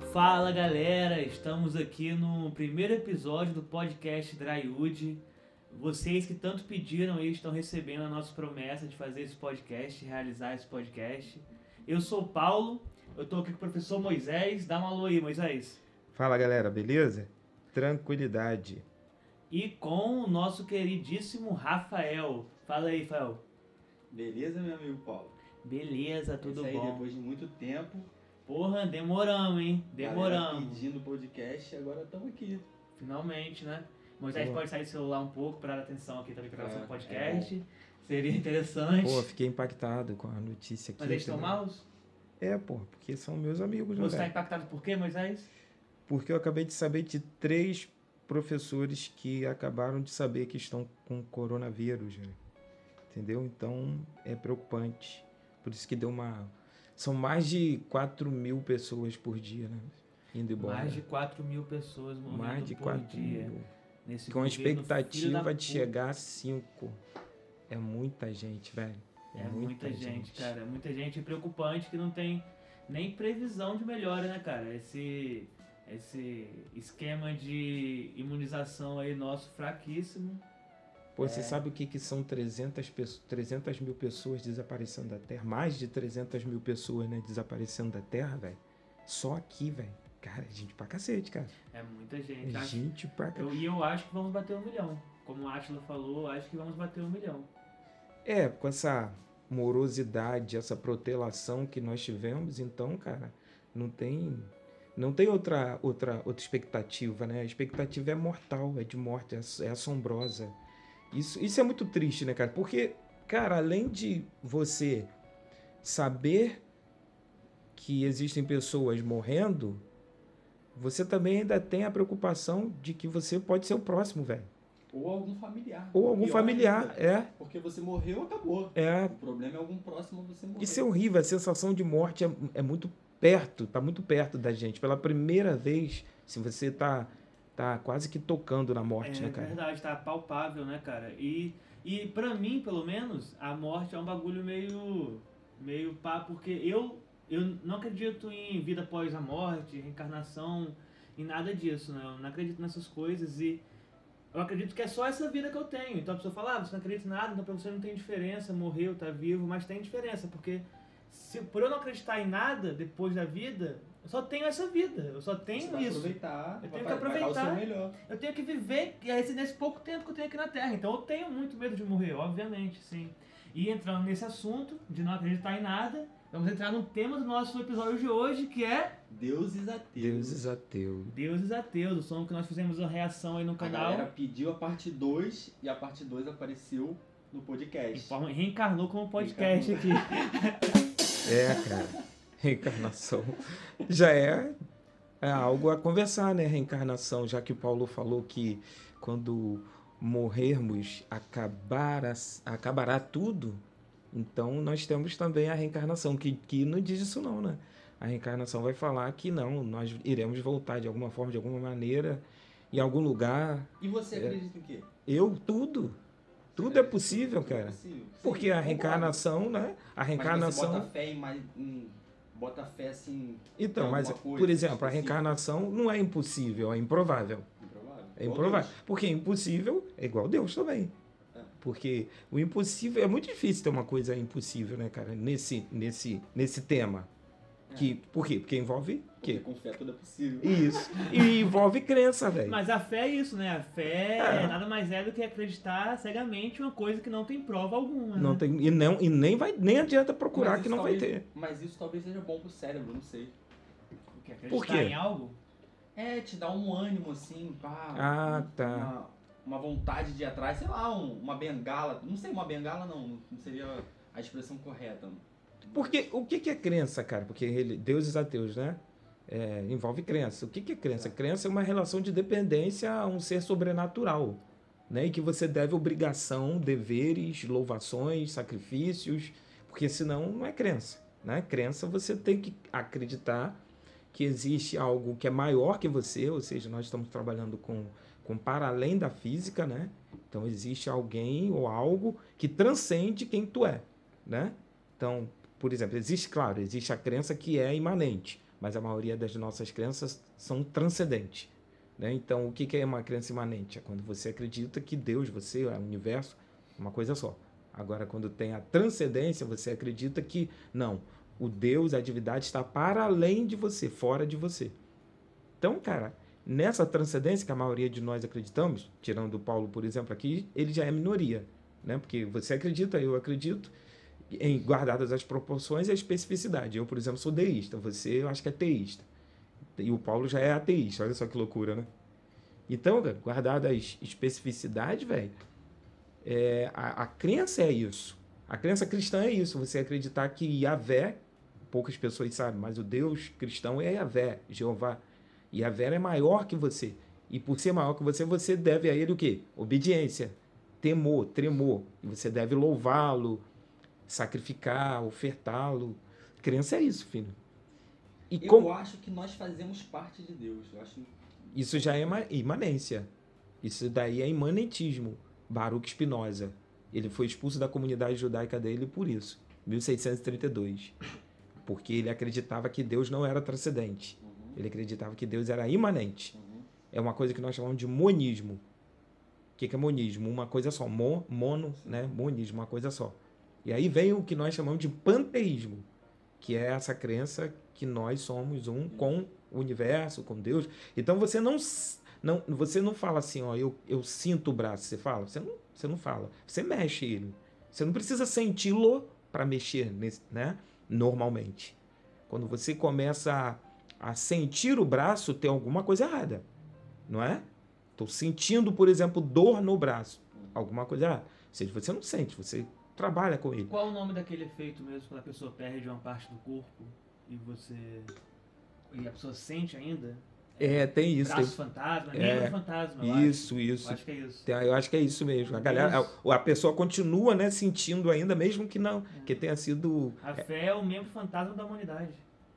Fala galera, estamos aqui no primeiro episódio do podcast Drywood. Vocês que tanto pediram aí estão recebendo a nossa promessa de fazer esse podcast, realizar esse podcast. Eu sou o Paulo, eu estou aqui com o professor Moisés. Dá um alô aí, Moisés. Fala galera, beleza? Tranquilidade. E com o nosso queridíssimo Rafael. Fala aí, Rafael. Beleza, meu amigo Paulo? Beleza, tudo Isso aí, bom? depois de muito tempo. Porra, demoramos, hein? Demoramos. Pedindo podcast, agora estamos aqui. Finalmente, né? Moisés pode sair do celular um pouco para dar atenção aqui também para gravação do podcast. É Seria interessante. Pô, fiquei impactado com a notícia aqui. Mas eles estão maus? Porque são meus amigos, né, Você está velho? impactado por quê, Moisés? Porque eu acabei de saber de 3 professores que acabaram de saber que estão com coronavírus, velho. Entendeu? Então, é preocupante. Por isso que deu uma... São mais de 4.000 pessoas por dia, né? Indo embora. Mais de 4.000 pessoas morrendo Mais de por 4.000. dia. Nesse Com a governo, filho expectativa da de chegar a 5. É muita gente, velho. É muita gente, cara. É muita gente preocupante que não tem nem previsão de melhora, né, cara? Esse esquema de imunização aí nosso fraquíssimo. Pô, você sabe o que são 300 mil pessoas desaparecendo da Terra? Mais de 300 mil pessoas, né, desaparecendo da Terra, velho? Só aqui, velho. Cara, é gente pra cacete, cara. É muita gente. É gente pra cacete. E eu acho que vamos bater 1 milhão. Como o Átila falou, acho que vamos bater 1 milhão. É, com essa morosidade, essa protelação que nós tivemos, então, cara, não tem outra expectativa, né? A expectativa é mortal, é de morte, é assombrosa. Isso é muito triste, né, cara? Porque, cara, além de você saber que existem pessoas morrendo, você também ainda tem a preocupação de que você pode ser o próximo, velho. Ou algum familiar. Ou algum Pior familiar, ainda, Porque você morreu, acabou. É. O problema é algum próximo você morrer. Isso é horrível, a sensação de morte é muito perto, tá muito perto da gente. Pela primeira vez, se você tá quase que tocando na morte, né, cara? É verdade, tá palpável, né, cara? E pra mim, pelo menos, a morte é um bagulho meio pá, porque eu não acredito em vida após a morte, reencarnação, em nada disso, né? Eu não acredito nessas coisas e eu acredito que é só essa vida que eu tenho. Então a pessoa fala, você não acredita em nada, então pra você não tem diferença, morreu, tá vivo, mas tem diferença, porque por eu não acreditar em nada depois da vida, eu só tenho essa vida, eu só tenho você vai isso. Aproveitar, eu tenho que aproveitar, o seu melhor. Eu tenho que viver nesse pouco tempo que eu tenho aqui na Terra, então eu tenho muito medo de morrer, obviamente, sim. E entrando nesse assunto de não acreditar em nada, vamos entrar no tema do nosso episódio de hoje, que é Deuses ateus. Deuses ateus. o som que nós fizemos uma reação aí no A canal. galera pediu a parte 2 e a parte 2 apareceu no podcast. Reencarnou como podcast aqui. Cara. Reencarnação já é algo a conversar, né? Reencarnação, já que o Paulo falou que quando morrermos acabará tudo, então nós temos também a reencarnação, que não diz isso não, né? A reencarnação vai falar que não, nós iremos voltar de alguma forma, de alguma maneira, em algum lugar. E você acredita em quê? Tudo é possível, cara. Sim, porque a reencarnação, né? A reencarnação... Mas você bota fé assim... Então, mas, coisa, por exemplo, a reencarnação não é impossível, é improvável. É improvável. Porque impossível é igual Deus também. Porque o impossível... É muito difícil ter uma coisa impossível, né, cara? Nesse tema. Por quê? Porque envolve... Porque com fé tudo é possível. Isso. E envolve crença, velho. Mas a fé é isso, né? A fé nada mais é do que acreditar cegamente em uma coisa que não tem prova alguma. Não né? tem, e nem adianta procurar que não vai ter. Mas isso talvez seja bom pro cérebro, não sei. Porque acreditar Por quê? em algo? Te dá um ânimo, assim, pá. Tá. Uma vontade de ir atrás, sei lá, uma bengala. Não sei, uma bengala não seria a expressão correta. Porque o que é crença, cara? Porque deuses ateus, né? Envolve crença. O que é crença? Crença é uma relação de dependência a um ser sobrenatural, né? E que você deve obrigação, deveres, louvações, sacrifícios, porque senão não é crença, né? Crença você tem que acreditar que existe algo que é maior que você, ou seja, nós estamos trabalhando com para além da física, né? Então existe alguém ou algo que transcende quem tu é, né? Então, por exemplo, existe a crença que é imanente. mas a maioria das nossas crenças são transcendentes, né? Então, o que é uma crença imanente? É quando você acredita que Deus, você, o universo, é uma coisa só. Agora, quando tem a transcendência, você acredita que, não, o Deus, a divindade está para além de você, fora de você. Então, cara, nessa transcendência que a maioria de nós acreditamos, tirando o Paulo, por exemplo, aqui, ele já é minoria, né? Porque você acredita, eu acredito, em guardadas as proporções e a especificidade. Eu, por exemplo, sou deísta, você eu acho que é teísta. E o Paulo já é ateísta, olha só que loucura, né? Então, cara, guardada a especificidade, velho, a crença é isso. A crença cristã é isso, você acreditar que Yahvé, poucas pessoas sabem, mas o Deus cristão é Yahvé, Jeová. E Yahvé é maior que você. E por ser maior que você, você deve a ele o quê? Obediência, temor, tremor. E você deve louvá-lo, sacrificar, ofertá-lo. Crença é isso, filho. E Eu acho que nós fazemos parte de Deus. Eu acho... Isso já é imanência. Isso daí é imanentismo. Baruch Spinoza. Ele foi expulso da comunidade judaica dele por isso, 1632. Porque ele acreditava que Deus não era transcendente. Ele acreditava que Deus era imanente. É uma coisa que nós chamamos de monismo. O que é monismo? Uma coisa só. Mono, né? Monismo, uma coisa só. E aí vem o que nós chamamos de panteísmo, que é essa crença que nós somos um com o universo, com Deus. Então você não fala assim, ó, eu sinto o braço, você fala? Você não fala. Você mexe ele. Você não precisa senti-lo para mexer, né? Normalmente. Quando você começa a sentir o braço, tem alguma coisa errada, não é? Estou sentindo, por exemplo, dor no braço. Alguma coisa errada. Ou seja, você não sente, você trabalha com ele. Qual o nome daquele efeito mesmo quando a pessoa perde uma parte do corpo e a pessoa sente ainda? Tem isso. Braço fantasma, membro fantasma, eu isso. Eu acho que é isso. Eu acho que é isso mesmo. A galera, a pessoa continua, né, sentindo ainda, mesmo que não, que tenha sido... A fé é o membro fantasma da humanidade.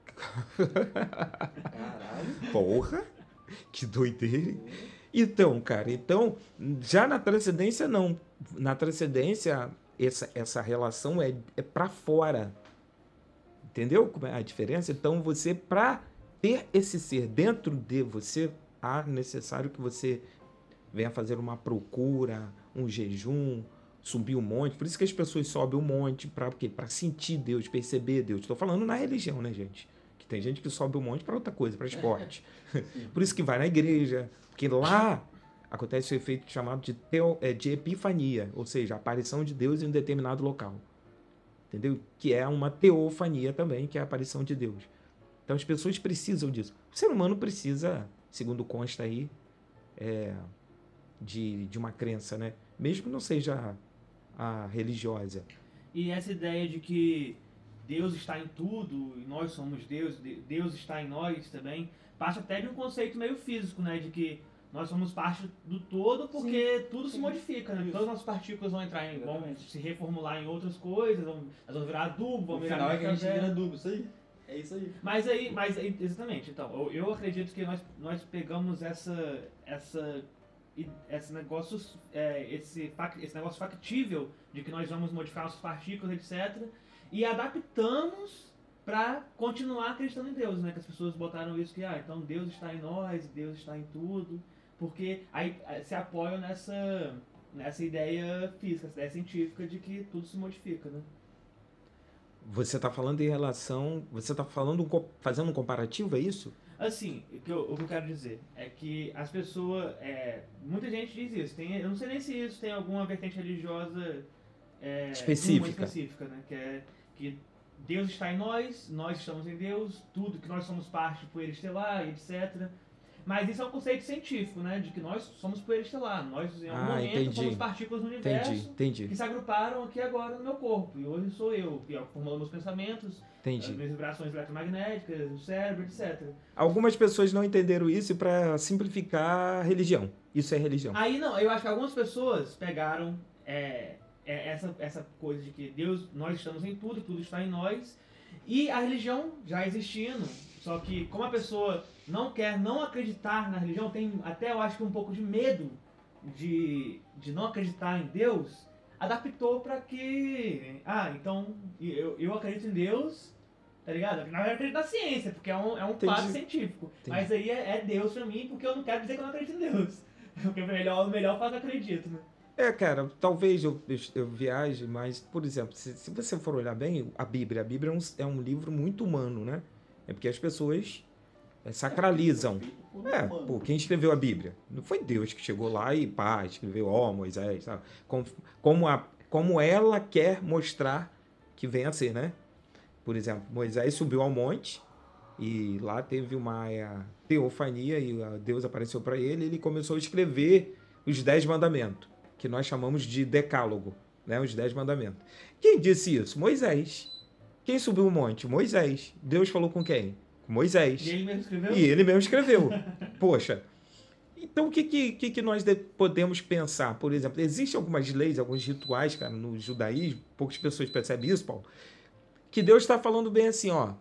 Caralho. Porra! Que doideira. Então, cara, já na transcendência, não. Na transcendência, essa relação é para fora. Entendeu como é a diferença? Então, você, para ter esse ser dentro de você, é necessário que você venha fazer uma procura, um jejum, subir um monte. Por isso que as pessoas sobem um monte, para quê? Para sentir Deus, perceber Deus. Estou falando na religião, né, gente? Que tem gente que sobe um monte para outra coisa, para esporte. Por isso que vai na igreja, porque lá acontece o efeito chamado de epifania, ou seja, a aparição de Deus em um determinado local. Entendeu? Que é uma teofania também, que é a aparição de Deus. Então as pessoas precisam disso. O ser humano precisa, segundo consta aí, de uma crença, né? Mesmo que não seja a religiosa. E essa ideia de que Deus está em tudo, e nós somos Deus, Deus está em nós também, passa até de um conceito meio físico, né? De que nós somos parte do todo porque tudo se modifica, né? Todas as nossas partículas vão entrar vão se reformular em outras coisas, elas vão virar adubo, vão virar... No final é que a gente vira adubo, isso aí. É isso aí. Mas exatamente, então, eu acredito que nós pegamos esse negócio factível de que nós vamos modificar nossas partículas, etc., e adaptamos para continuar acreditando em Deus, né? Que as pessoas botaram isso que, então Deus está em nós, Deus está em tudo, porque aí se apoiam nessa ideia física, essa ideia científica de que tudo se modifica, né? Você está falando em relação... Você está fazendo um comparativo, é isso? Assim, o que eu quero dizer é que as pessoas... muita gente diz isso. Eu não sei nem se isso tem alguma vertente religiosa específica, né? Que Deus está em nós estamos em Deus, tudo que nós somos parte do poeira estelar, etc. Mas isso é um conceito científico, né? De que nós somos poeira estelar. Nós, em algum momento, somos partículas no universo que se agruparam aqui agora no meu corpo. E hoje sou eu, que formando meus pensamentos, as minhas vibrações eletromagnéticas, o cérebro, etc. Algumas pessoas não entenderam isso para simplificar a religião. Isso é religião. Aí não, eu acho que algumas pessoas pegaram essa coisa de que nós estamos em tudo, tudo está em nós, e a religião já existindo, só que como a pessoa não quer não acreditar na religião, tem até eu acho que um pouco de medo de não acreditar em Deus, adaptou para que, então eu acredito em Deus, tá ligado? Na verdade, eu acredito na ciência, porque é um Entendi. fato científico. Entendi. Mas aí é Deus pra mim, porque eu não quero dizer que eu não acredito em Deus. Porque o melhor faz eu acredito, né? Cara, talvez eu viaje, mas, por exemplo, se você for olhar bem, a Bíblia é um livro muito humano, né? É porque as pessoas sacralizam. Feito por um humano. Pô, quem escreveu a Bíblia? Não foi Deus que chegou lá e pá, escreveu, Moisés, sabe? Como ela quer mostrar que vem a ser, né? Por exemplo, Moisés subiu ao monte e lá teve uma teofania e Deus apareceu para ele e ele começou a escrever os 10 mandamentos, que nós chamamos de decálogo, né? Os 10 mandamentos. Quem disse isso? Moisés. Quem subiu o monte? Moisés. Deus falou com quem? Com Moisés. E ele mesmo escreveu? E ele mesmo escreveu. Poxa. Então, o que nós podemos pensar? Por exemplo, existem algumas leis, alguns rituais, cara, no judaísmo, poucas pessoas percebem isso, Paulo, que Deus está falando bem assim, ó.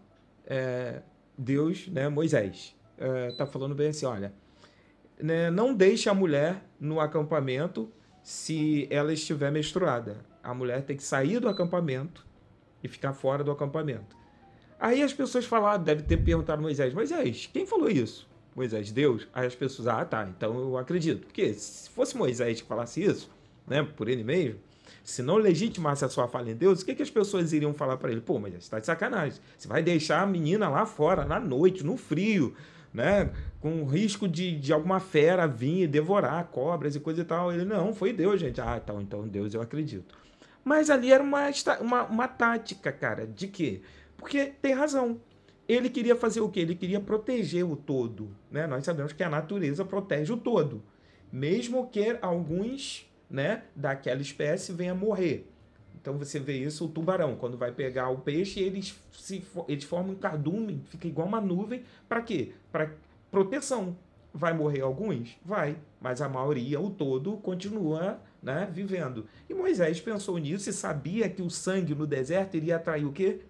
Deus, né, Moisés, está falando bem assim, olha, né, não deixe a mulher no acampamento se ela estiver menstruada. A mulher tem que sair do acampamento e ficar fora do acampamento. Aí as pessoas falaram, deve ter perguntado a Moisés, quem falou isso? Moisés, Deus? Aí as pessoas, tá, então eu acredito. Porque se fosse Moisés que falasse isso, né, por ele mesmo, se não legitimasse a sua fala em Deus, o que as pessoas iriam falar para ele? Pô, mas você está de sacanagem. Você vai deixar a menina lá fora, na noite, no frio, né? Com risco de alguma fera vir e devorar cobras e coisa e tal. Ele, não, foi Deus, gente. Então Deus eu acredito. Mas ali era uma tática, cara, de quê? Porque tem razão. Ele queria fazer o quê? Ele queria proteger o todo, né? Nós sabemos que a natureza protege o todo. Mesmo que alguns, né, daquela espécie venha morrer. Então você vê isso, o tubarão, quando vai pegar o peixe, eles formam um cardume, fica igual uma nuvem. Para quê? Para proteção. Vai morrer alguns? Vai. Mas a maioria, o todo, continua, né, vivendo. E Moisés pensou nisso e sabia que o sangue no deserto iria atrair o quê?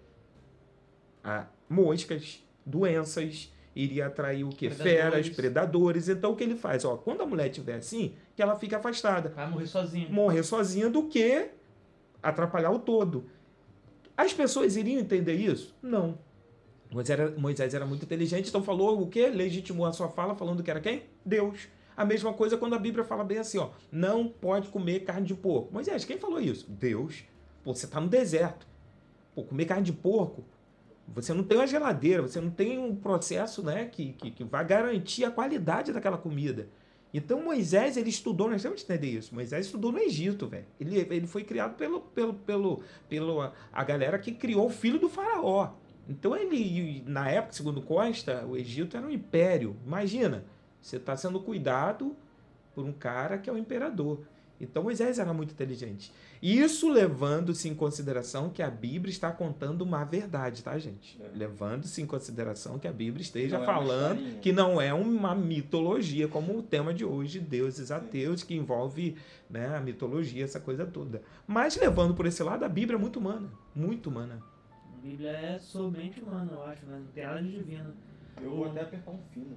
Moscas, doenças, iria atrair o quê? Feras, predadores. Então o que ele faz? Quando a mulher estiver assim, que ela fique afastada. Vai morrer sozinha. Morrer sozinha do que atrapalhar o todo. As pessoas iriam entender isso? Não. Moisés era muito inteligente, então falou o quê? Legitimou a sua fala falando que era quem? Deus. A mesma coisa quando a Bíblia fala bem assim, não pode comer carne de porco. Moisés, quem falou isso? Deus. Pô, você está no deserto. Pô, comer carne de porco, você não tem uma geladeira, você não tem um processo, né, que vai garantir a qualidade daquela comida. Então Moisés, ele estudou, nós temos que entender isso, Moisés estudou no Egito, velho. Ele foi criado pela a galera que criou o filho do faraó. Então ele, na época, segundo consta, o Egito era um império. Imagina, você está sendo cuidado por um cara que é o imperador. Então Moisés era muito inteligente. Isso levando-se em consideração que a Bíblia está contando uma verdade, tá, gente? Levando-se em consideração que a Bíblia esteja falando que não é uma mitologia, como o tema de hoje, deuses ateus, que envolve, né, a mitologia, essa coisa toda. Mas levando por esse lado, a Bíblia é muito humana. Muito humana. A Bíblia é somente humana, eu acho, né? Não tem nada de divino. Eu vou até apertar um fino.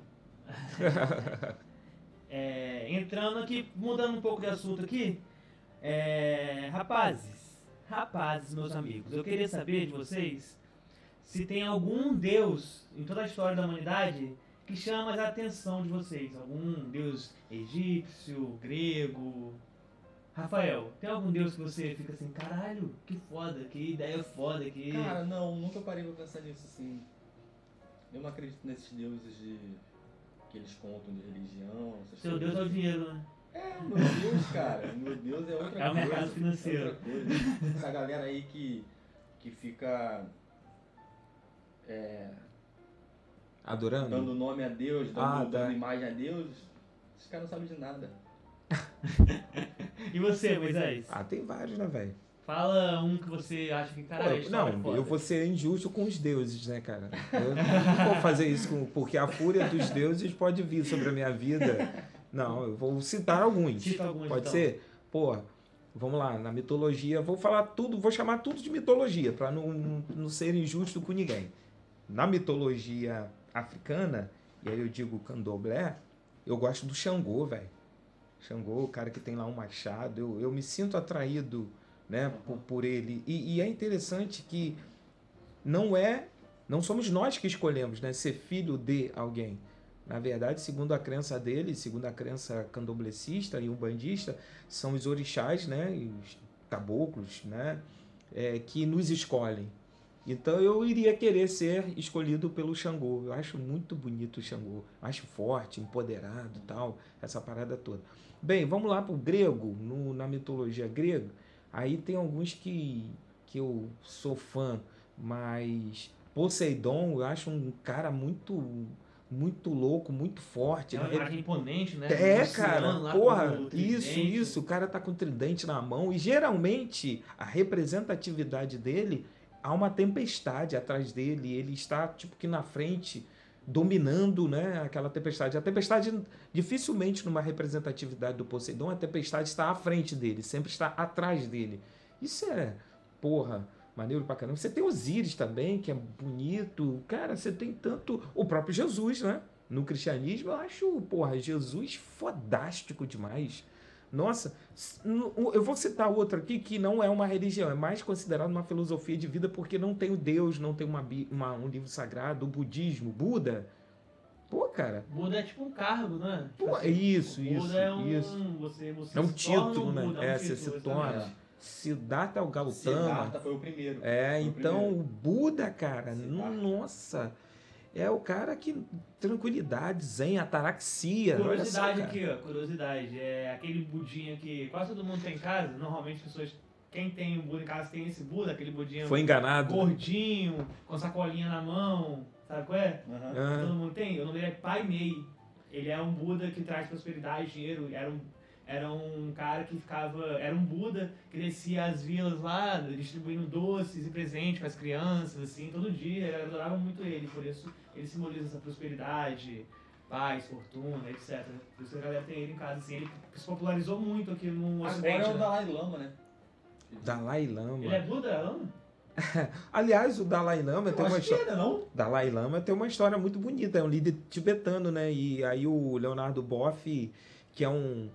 Entrando aqui, mudando um pouco de assunto aqui, rapazes, meus amigos, eu queria saber de vocês se tem algum deus em toda a história da humanidade que chama a atenção de vocês, algum deus egípcio, grego. Rafael, tem algum deus que você fica assim, caralho, que foda, que ideia foda, que... Cara, não, nunca parei pra pensar nisso assim. Eu não acredito nesses deuses que eles contam de religião. Seu Deus é o dinheiro, né? Meu Deus, cara. Meu Deus é outra coisa. É o mercado financeiro. Outra coisa. Essa galera aí que fica adorando? Dando nome a Deus, dando imagem a Deus, esses caras não sabem de nada. E você, Moisés? Tem vários, né, velho? Fala um que você acha que, cara, eu vou ser injusto com os deuses, né, cara? Eu não vou fazer isso porque a fúria dos deuses pode vir sobre a minha vida. Não, eu vou citar alguns. Cita alguns, pode então. ser? Vamos lá, na mitologia, vou chamar tudo de mitologia, para não ser injusto com ninguém. Na mitologia africana, e aí eu digo candomblé, eu gosto do Xangô, velho. Xangô, o cara que tem lá um machado, eu me sinto atraído, né, por ele. E é interessante que não é Não somos nós que escolhemos, né, ser filho de alguém. Na verdade, segundo a crença dele, segundo a crença candomblessista e umbandista, são os orixás, né, e os caboclos, né, que nos escolhem. Então eu iria querer ser escolhido pelo Xangô. Eu acho muito bonito o Xangô. Acho forte, empoderado, tal, essa parada toda. Bem, vamos lá para o grego, na mitologia grega. Aí tem alguns que eu sou fã, mas Poseidon eu acho um cara muito louco, muito forte. É um cara imponente, né? Cara, porra, isso, o cara tá com o tridente na mão e geralmente a representatividade dele, há uma tempestade atrás dele, ele está tipo que na frente, dominando, né, aquela tempestade. A tempestade, dificilmente numa representatividade do Poseidon, a tempestade está à frente dele, sempre está atrás dele. Isso é, porra, maneiro pra caramba. Você tem Osíris também, que é bonito. Cara, você tem tanto... O próprio Jesus, né? No cristianismo, eu acho, porra, Jesus fodástico demais. Nossa, eu vou citar outro aqui que não é uma religião, é mais considerado uma filosofia de vida porque não tem o Deus, não tem um livro sagrado, o budismo, Buda. Pô, cara. Buda é tipo um cargo, né? Pô, isso. Buda é Você é um título, né? Buda, Você se torna. Siddhartha é o Gautama. Siddhartha foi o primeiro. O Buda, cara, nossa, é o cara que tranquilidade, zen, ataraxia. Curiosidade aqui, ó, curiosidade. É aquele budinha que quase todo mundo tem em casa. Normalmente as pessoas, quem tem um Buda em casa tem esse Buda, aquele budinho. Foi enganado. Gordinho, com sacolinha na mão, sabe qual é? Todo mundo tem. O nome dele é Pai Mei. Ele é um Buda que traz prosperidade, dinheiro. Era um cara que ficava... Era um Buda que descia as vilas lá, distribuindo doces e presentes para as crianças, assim, todo dia. Eu adorava muito ele, por isso ele simboliza essa prosperidade, paz, fortuna, etc. Por isso a galera tem ele em casa, assim. Ele se popularizou muito aqui no Ocidente. Agora é o Dalai Lama, né? Dalai Lama. Ele é Buda, Lama? Aliás, o Dalai Lama tem uma história... não? Dalai Lama tem uma história muito bonita. É um líder tibetano, né? E aí o Leonardo Boff, que é um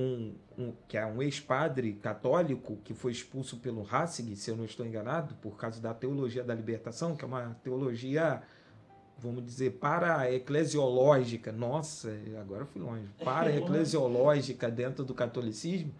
ex-padre católico que foi expulso pelo Hassig, se eu não estou enganado, por causa da teologia da libertação, que é uma teologia, vamos dizer, para-eclesiológica. Nossa, agora eu fui longe. Para-eclesiológica dentro do catolicismo.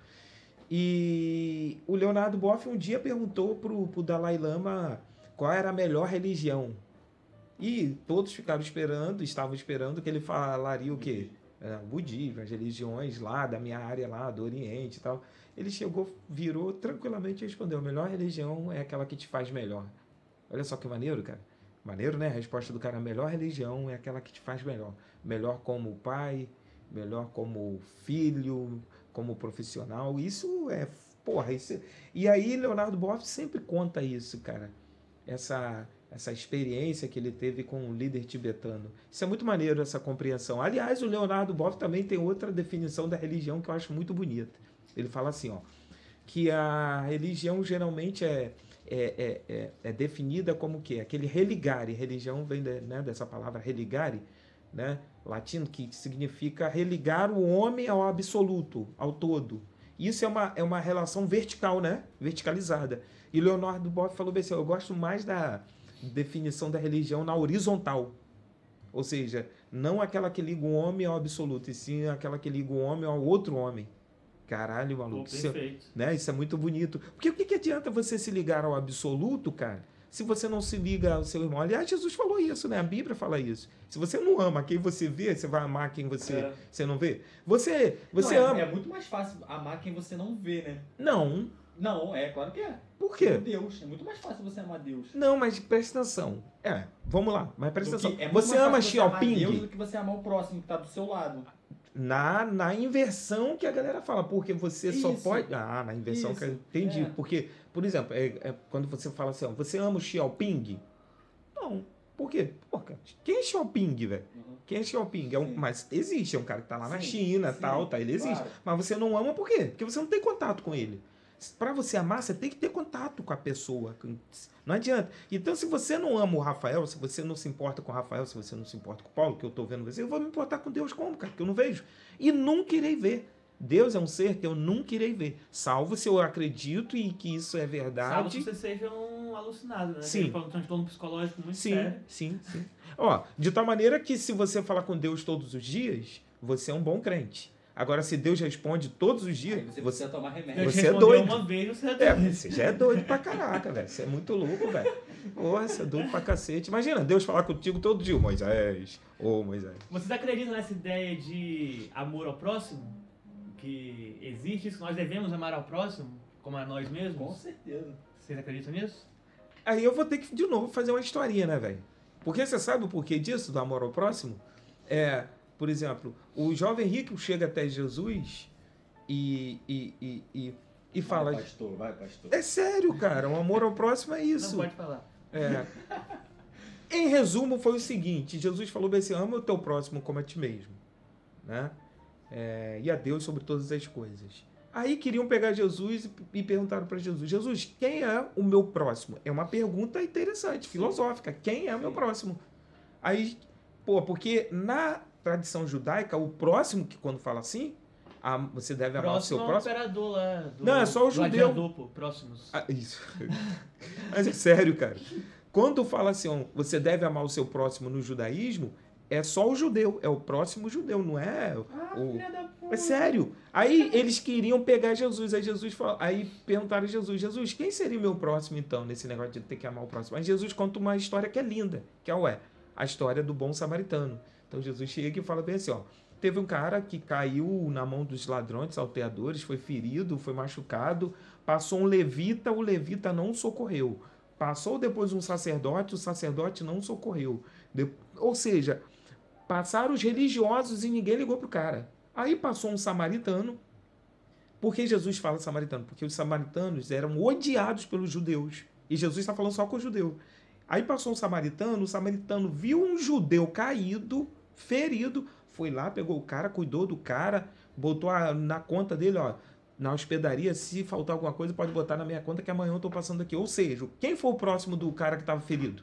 E o Leonardo Boff um dia perguntou para o Dalai Lama qual era a melhor religião. E todos estavam esperando que ele falaria o quê? O budismo, as religiões lá da minha área lá, do Oriente e tal. Ele virou tranquilamente e respondeu: a melhor religião é aquela que te faz melhor. Olha só que maneiro, cara. Maneiro, né? A resposta do cara: a melhor religião é aquela que te faz melhor. Melhor como pai, melhor como filho, como profissional. Isso é... Porra, isso... E aí Leonardo Boff sempre conta isso, cara. Essa experiência que ele teve com o líder tibetano. Isso é muito maneiro, essa compreensão. Aliás, o Leonardo Boff também tem outra definição da religião que eu acho muito bonita. Ele fala assim, ó, que a religião geralmente é definida como o quê? Aquele religare. Religião vem dessa palavra religare, né? Latino, que significa religar o homem ao absoluto, ao todo. Isso é uma relação vertical, né? Verticalizada. E Leonardo Boff falou assim, eu gosto mais da definição da religião na horizontal. Ou seja, não aquela que liga o homem ao absoluto, e sim aquela que liga o homem ao outro homem. Caralho, maluco. Perfeito. Isso é muito bonito. Porque o que adianta você se ligar ao absoluto, cara, se você não se liga ao seu irmão? Aliás, Jesus falou isso, né? A Bíblia fala isso. Se você não ama quem você vê, você vai amar quem você não vê. Você ama... É muito mais fácil amar quem você não vê, né? Não, claro que é. Por quê? Deus. É muito mais fácil você amar Deus. Não, mas presta atenção. Vamos lá, mas presta atenção. Você ama Xiaoping? Deus do que você amar o próximo que está do seu lado. Na inversão que a galera fala, porque você só pode... na inversão que eu entendi. Porque, por exemplo, quando você fala assim, você ama o Xiaoping? Não. Por quê? Pô, cara, quem é Xiaoping, velho? Quem é Xiaoping? Mas existe, é um cara que tá lá na China, tal, ele existe. Claro. Mas você não ama por quê? Porque você não tem contato com ele. Para você amar, você tem que ter contato com a pessoa. Não adianta. Então, se você não ama o Rafael, se você não se importa com o Rafael, se você não se importa com o Paulo, que eu estou vendo você, eu vou me importar com Deus como, cara? Que eu não vejo. E nunca irei ver. Deus é um ser que eu nunca irei ver. Salvo se eu acredito e que isso é verdade. Salvo se você seja um um alucinado, né? Sim. Ele fala um transtorno psicológico muito Sim, sério. sim. Ó, de tal maneira que se você falar com Deus todos os dias, você é um bom crente. Agora, se Deus responde todos os dias, Aí você precisa tomar remédio. Deus Você é respondeu doido. uma vez, você é doido. você já é doido pra caraca, velho. Você é muito louco, velho. Porra, você é doido pra cacete. Imagina, Deus falar contigo todo dia, Moisés. Ô, Moisés. Vocês acreditam nessa ideia de amor ao próximo? Que existe isso, que nós devemos amar ao próximo, como a nós mesmos? Com certeza. Vocês acreditam nisso? Aí eu vou ter que, de novo, fazer uma historinha, né, velho? Porque você sabe o porquê disso, do amor ao próximo? Por exemplo, o jovem rico chega até Jesus e fala... Vai, pastor. É sério, cara. O amor ao próximo é isso. Não pode falar. Em resumo, foi o seguinte. Jesus falou bem assim, ama o teu próximo como a ti mesmo. Né? E a Deus sobre todas as coisas. Aí queriam pegar Jesus e perguntaram para Jesus, Jesus, quem é o meu próximo? É uma pergunta interessante, filosófica. Quem é o meu próximo? Aí, porque na tradição judaica, o próximo, que quando fala assim, você deve amar o seu próximo. É o imperador lá. Não, é só o judeu. Próximos. Isso. Mas é sério, cara. Quando fala assim, você deve amar o seu próximo no judaísmo, é só o judeu, é o próximo judeu, não é Filha da puta. É sério. Aí eles queriam pegar Jesus, aí perguntaram a Jesus, quem seria o meu próximo então, nesse negócio de ter que amar o próximo? Mas Jesus conta uma história que é linda, que é a história do bom samaritano. Então Jesus chega e fala bem assim, teve um cara que caiu na mão dos ladrões, salteadores, foi ferido, foi machucado, passou um levita, o levita não socorreu. Passou depois um sacerdote, o sacerdote não socorreu. Ou seja, passaram os religiosos e ninguém ligou pro cara. Aí passou um samaritano. Por que Jesus fala samaritano? Porque os samaritanos eram odiados pelos judeus. E Jesus está falando só com o judeu. Aí passou um samaritano, o samaritano viu um judeu caído, ferido, foi lá, pegou o cara, cuidou do cara, botou na conta dele, na hospedaria, se faltar alguma coisa, pode botar na minha conta que amanhã eu estou passando aqui. Ou seja, quem foi o próximo do cara que estava ferido?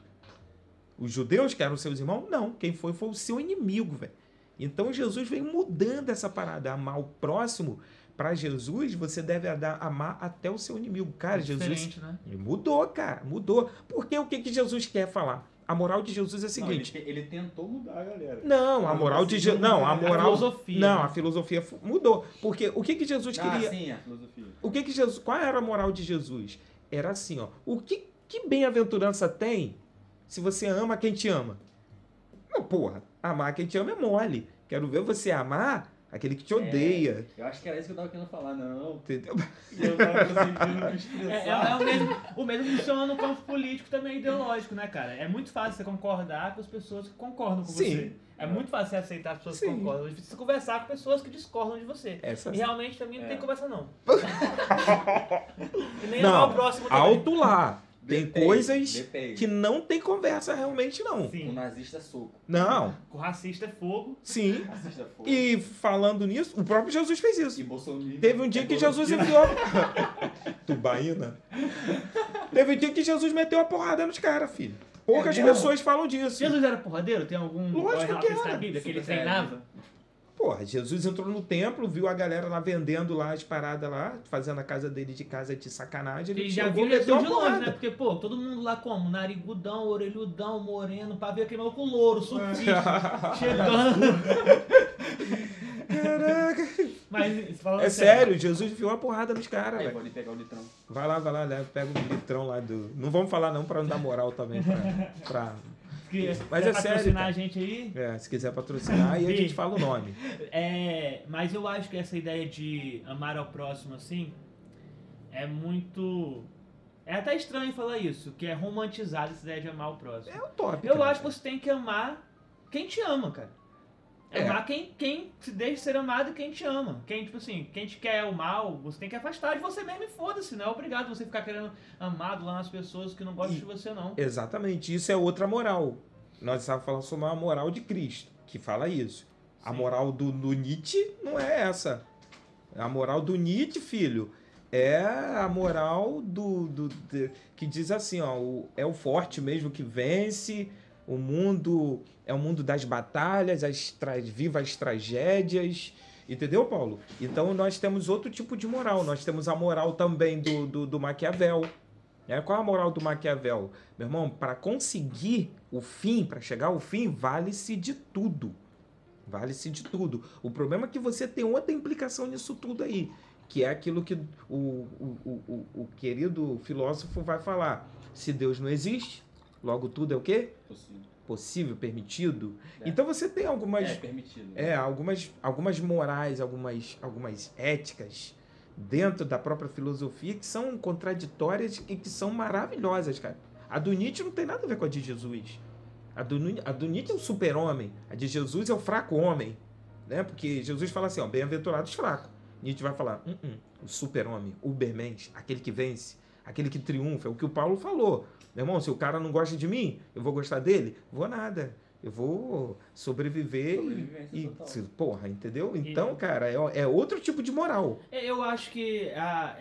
Os judeus, que eram seus irmãos? Não. Quem foi o seu inimigo, velho. Então Jesus vem mudando essa parada. Amar o próximo, para Jesus, você deve amar até o seu inimigo. Cara, Jesus... né? Mudou, cara. Mudou. Porque o que Jesus quer falar? A moral de Jesus é a seguinte... Não, ele tentou mudar a galera. Não, a moral de Jesus... Não, a moral... A filosofia. Não, né? a filosofia mudou. Porque o que Jesus queria... Sim, a filosofia. Qual era a moral de Jesus? Era assim, que bem-aventurança tem se você ama quem te ama? Não, porra. Amar quem te ama é mole. Quero ver você amar aquele que te odeia. Eu acho que era isso que eu tava querendo falar, não. Entendeu? Eu tava conseguindo me expressar. O mesmo funciona no campo político também ideológico, né, cara? É muito fácil você concordar com as pessoas que concordam com você. É muito fácil você aceitar as pessoas que concordam. É difícil você conversar com pessoas que discordam de você. E realmente também não tem conversa, não. E nem amar o próximo também. Alto lá. Tem coisas Depende. que não tem conversa realmente, não. Sim. O nazista é soco. Não. O racista é fogo. Sim. O nazista é fogo. E falando nisso, o próprio Jesus fez isso. E Bolsonaro. Teve um dia que Jesus enviou... Tubaína. Teve um dia que Jesus meteu a porrada nos caras, filho. Poucas pessoas falam disso. Jesus era porradeiro? Tem algum Lógico que relato era. na Bíblia que ele treinava? Porra, Jesus entrou no templo, viu a galera lá vendendo lá as paradas lá, fazendo a casa dele de casa de sacanagem. Ele Ele já chegou, viu meteu Jesus a de longe, porrada. né? Porque, todo mundo lá como? Narigudão, orelhudão, moreno, pra ver aquele maluco louro, surfista, chegando. Caraca. Mas, falando É sério, Jesus viu a porrada nos caras, Aí, velho. pode pegar o litrão. Vai lá, pega o litrão lá do... Não vamos falar não pra não dar moral também pra... Mas é sério, patrocinar cara. a gente aí. Se quiser patrocinar, aí a gente fala o nome. Mas eu acho que essa ideia de amar ao próximo, assim, é muito... É até estranho falar isso, que é romantizado essa ideia de amar o próximo. É utópico. Eu acho que você tem que amar quem te ama, cara. Amar quem se deixa ser amado e quem te ama. Quem te quer o mal, você tem que afastar de você mesmo e foda-se. Não é obrigado você ficar querendo amado lá nas pessoas que não gostam de você, não. Exatamente. Isso é outra moral. Nós estávamos falando sobre a moral de Cristo, que fala isso. A moral do Nietzsche não é essa. A moral do Nietzsche, filho, é a moral que diz assim, é o forte mesmo que vence. O mundo é o mundo das batalhas, viva as tragédias. Entendeu, Paulo? Então nós temos outro tipo de moral. Nós temos a moral também do Maquiavel, Qual a moral do Maquiavel? Meu irmão, para conseguir o fim, para chegar ao fim, vale-se de tudo. Vale-se de tudo. O problema é que você tem outra implicação nisso tudo aí, que é aquilo que o querido filósofo vai falar. Se Deus não existe, logo tudo é o quê? Possível, permitido. Então você tem algumas... permitido. Algumas morais, algumas éticas dentro da própria filosofia que são contraditórias e que são maravilhosas, cara. A do Nietzsche não tem nada a ver com a de Jesus. A do Nietzsche é o super-homem. A de Jesus é o fraco-homem. Né? Porque Jesus fala assim, ó, bem-aventurados fracos. Nietzsche vai falar, o super-homem, o Ubermensch, aquele que vence, aquele que triunfa. É o que o Paulo falou. Meu irmão, se o cara não gosta de mim, eu vou gostar dele? Vou nada. Eu vou sobreviver e porra, entendeu? Então, cara, é outro tipo de moral. Eu acho que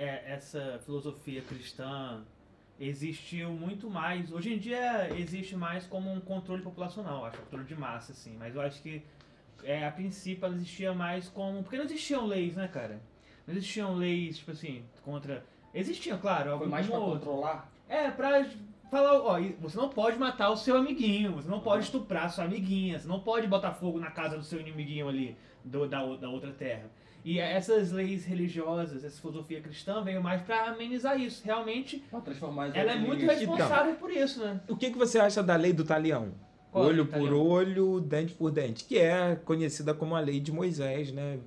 essa filosofia cristã existiu muito mais. Hoje em dia existe mais como um controle populacional, acho, controle de massa, assim. Mas eu acho que a princípio ela existia mais como... Porque não existiam leis, né, cara? Não existiam leis, tipo assim, contra... Existiam, claro. Foi mais pra controlar? Pra falar, ó, você não pode matar o seu amiguinho, você não pode estuprar a sua amiguinha, você não pode botar fogo na casa do seu inimiguinho ali, da outra terra. E essas leis religiosas, essa filosofia cristã veio mais pra amenizar isso. Realmente, ela é muito responsável por isso, né? O que você acha da lei do talião? Olho por olho, dente por dente, que é conhecida como a lei de Moisés, né?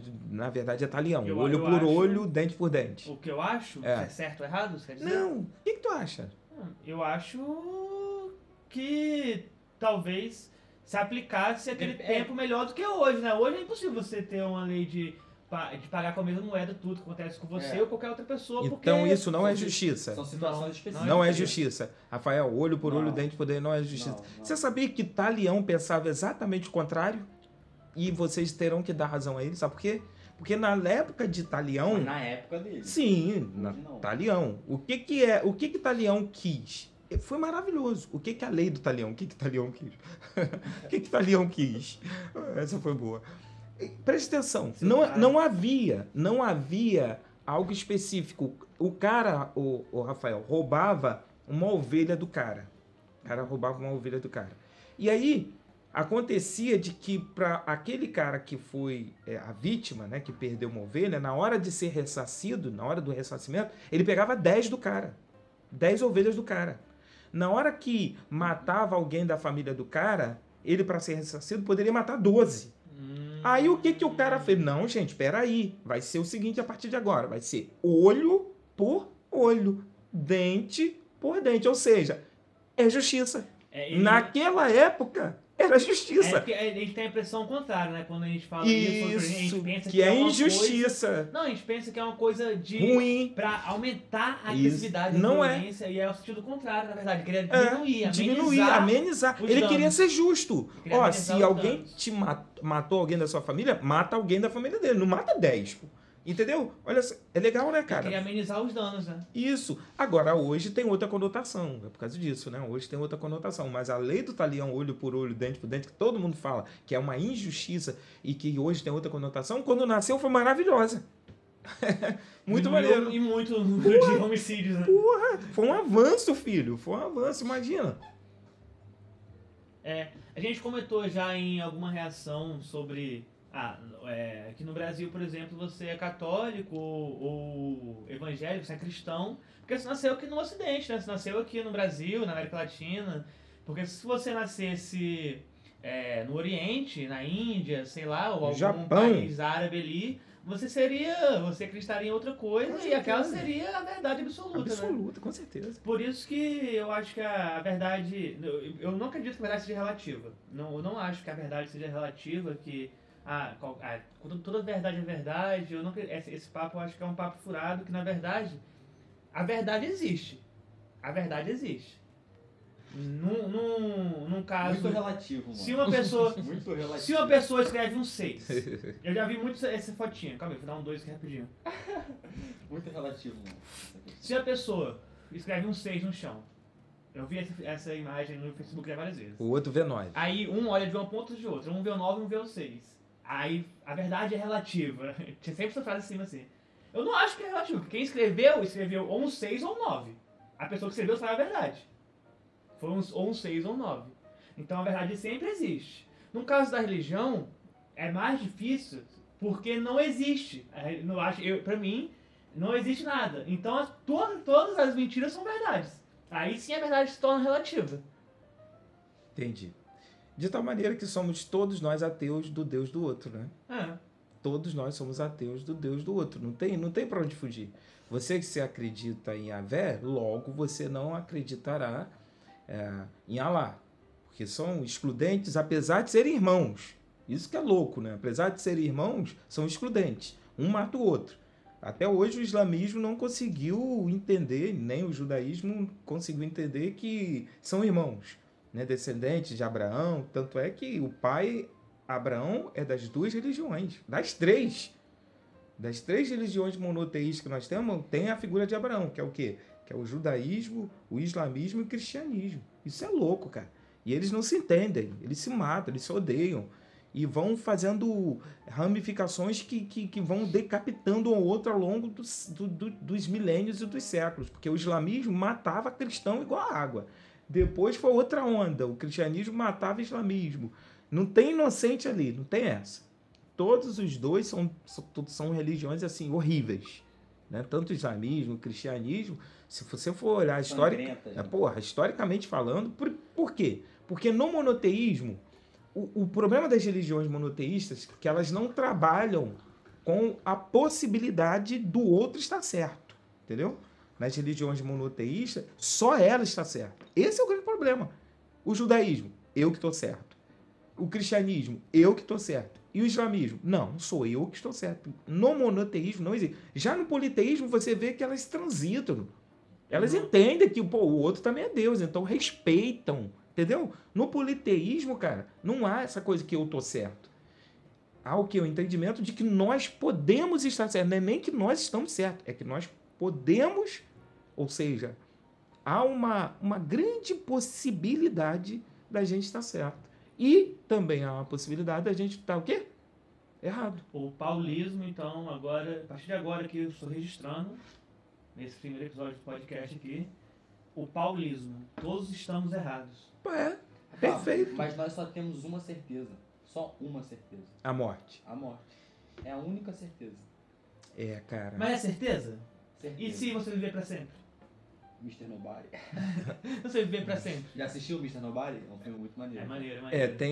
Na verdade é talião. Olho por olho, dente por dente. O que eu acho? É certo ou errado? Você quer dizer? Não. O que tu acha? Eu acho que talvez se aplicasse aquele tempo melhor do que hoje, né? Hoje é impossível você ter uma lei de pagar com a mesma moeda tudo que acontece com você ou qualquer outra pessoa. Então isso não é justiça. São situações específicas. Não é justiça. Rafael, olho por olho, dente por dente, não é justiça. Não. Você sabia que Talião pensava exatamente o contrário? E vocês terão que dar razão a ele, sabe por quê? Porque na época de Talião... Mas na época dele. Sim, Talião. O que Talião quis? Foi maravilhoso. O que a lei do Talião? O que Talião quis? O que Talião quis? Essa foi boa. Preste atenção. Não havia algo específico. O cara, o Rafael, roubava uma ovelha do cara. O cara roubava uma ovelha do cara. E aí... acontecia de que para aquele cara que foi a vítima, né, que perdeu uma ovelha, na hora de ser ressarcido, na hora do ressarcimento, ele pegava 10 do cara. 10 ovelhas do cara. Na hora que matava alguém da família do cara, ele, para ser ressarcido, poderia matar 12. Aí o que o cara fez? Não, gente, peraí. Vai ser o seguinte a partir de agora. Vai ser olho por olho, dente por dente. Ou seja, é justiça. Naquela época... era justiça. É porque a gente tem a impressão contrária, né? Quando a gente fala isso, a gente pensa que é injustiça. Coisa... Não, a gente pensa que é uma coisa de... ruim. Pra aumentar a agressividade da violência. E é o sentido contrário, na verdade. Queria diminuir, amenizar. Ele queria ser justo. Ó, se alguém matou alguém da sua família, mata alguém da família dele. Não mata 10, pô. Entendeu? Olha, é legal, né, cara? Queria amenizar os danos, né? Isso. Agora, hoje tem outra conotação. É por causa disso, né? Hoje tem outra conotação. Mas a lei do Talião, olho por olho, dente por dente, que todo mundo fala que é uma injustiça e que hoje tem outra conotação, quando nasceu foi maravilhosa. Muito maneiro. E muito número de homicídios, né? Porra! Foi um avanço, filho. Foi um avanço, imagina. A gente comentou já em alguma reação sobre... aqui no Brasil, por exemplo, você é católico ou evangélico, você é cristão, porque você nasceu aqui no Ocidente, né? Você nasceu aqui no Brasil, na América Latina. Porque se você nascesse no Oriente, na Índia, sei lá, ou algum Japão, país árabe ali, você acreditaria em outra coisa e aquela seria a verdade absoluta. Absoluta, né? Com certeza. Por isso que eu acho que a verdade... Eu não acredito que a verdade seja relativa. Eu não acho que a verdade seja relativa, que... toda verdade é verdade. Esse papo eu acho que é um papo furado, que na verdade a verdade existe. A verdade existe. Num caso... Muito relativo, mano. Se uma pessoa, muito relativo. Se uma pessoa escreve um 6, eu já vi muito essa fotinha. Calma aí, vou dar um 2 aqui rapidinho. Muito relativo, mano. Se a pessoa escreve um 6 no chão, eu vi essa imagem no Facebook várias vezes. O outro vê 9. Aí um olha de uma ponta de outra, um vê o 9 e um vê o 6. Aí a verdade é relativa. Tinha sempre essa frase assim. Eu não acho que é relativo. Quem escreveu ou um 6 ou um 9. a pessoa que escreveu sabe a verdade. Foi ou um 6 ou um 9. Então a verdade sempre existe. No caso da religião, é mais difícil porque não existe. Pra mim, não existe nada. Então todas as mentiras são verdades. Aí sim a verdade se torna relativa. Entendi. De tal maneira que somos todos nós ateus do Deus do outro, né? Todos nós somos ateus do Deus do outro. Não tem para onde fugir. Você que se acredita em Yahvé, logo você não acreditará em Alá. Porque são excludentes, apesar de serem irmãos. Isso que é louco, né? Apesar de serem irmãos, são excludentes. Um mata o outro. Até hoje o islamismo não conseguiu entender, nem o judaísmo conseguiu entender que são irmãos, né? Descendentes de Abraão. Tanto é que o pai Abraão é das duas religiões, das três. Das três religiões monoteístas que nós temos, tem a figura de Abraão, que é o quê? Que é o judaísmo, o islamismo e o cristianismo. Isso é louco, cara. E eles não se entendem, eles se matam, eles se odeiam. E vão fazendo ramificações que vão decapitando um ao outro ao longo dos milênios e dos séculos. Porque o islamismo matava cristão igual a água. Depois foi outra onda, o cristianismo matava o islamismo. Não tem inocente ali, não tem essa. Todos os dois são religiões assim horríveis, né? Tanto o islamismo, o cristianismo, se você for olhar historicamente falando, por quê? Porque no monoteísmo, o problema das religiões monoteístas é que elas não trabalham com a possibilidade do outro estar certo, entendeu? Nas religiões monoteístas, só ela está certa. Esse é o grande problema. O judaísmo, eu que estou certo. O cristianismo, eu que estou certo. E o islamismo, não sou eu que estou certo. No monoteísmo não existe. Já no politeísmo você vê que elas transitam. Elas entendem que o outro também é Deus, então respeitam, entendeu? No politeísmo, cara, não há essa coisa que eu estou certo. Há o que? O entendimento de que nós podemos estar certos. Não é nem que nós estamos certos, é que nós podemos, ou seja, há uma grande possibilidade da gente estar certo. E também há uma possibilidade da gente estar o quê? Errado. O paulismo, então, agora, a partir de agora que eu estou registrando, nesse primeiro episódio do podcast aqui, o paulismo, todos estamos errados. Perfeito. Mas nós só temos uma certeza, só uma certeza. A morte. A morte. É a única certeza. Cara. Mas é certeza? Certeza. E se você viver pra sempre? Mr. Nobody. Você viver pra sempre. Já assistiu o Mr. Nobody? É um filme muito maneiro. É maneiro. Tem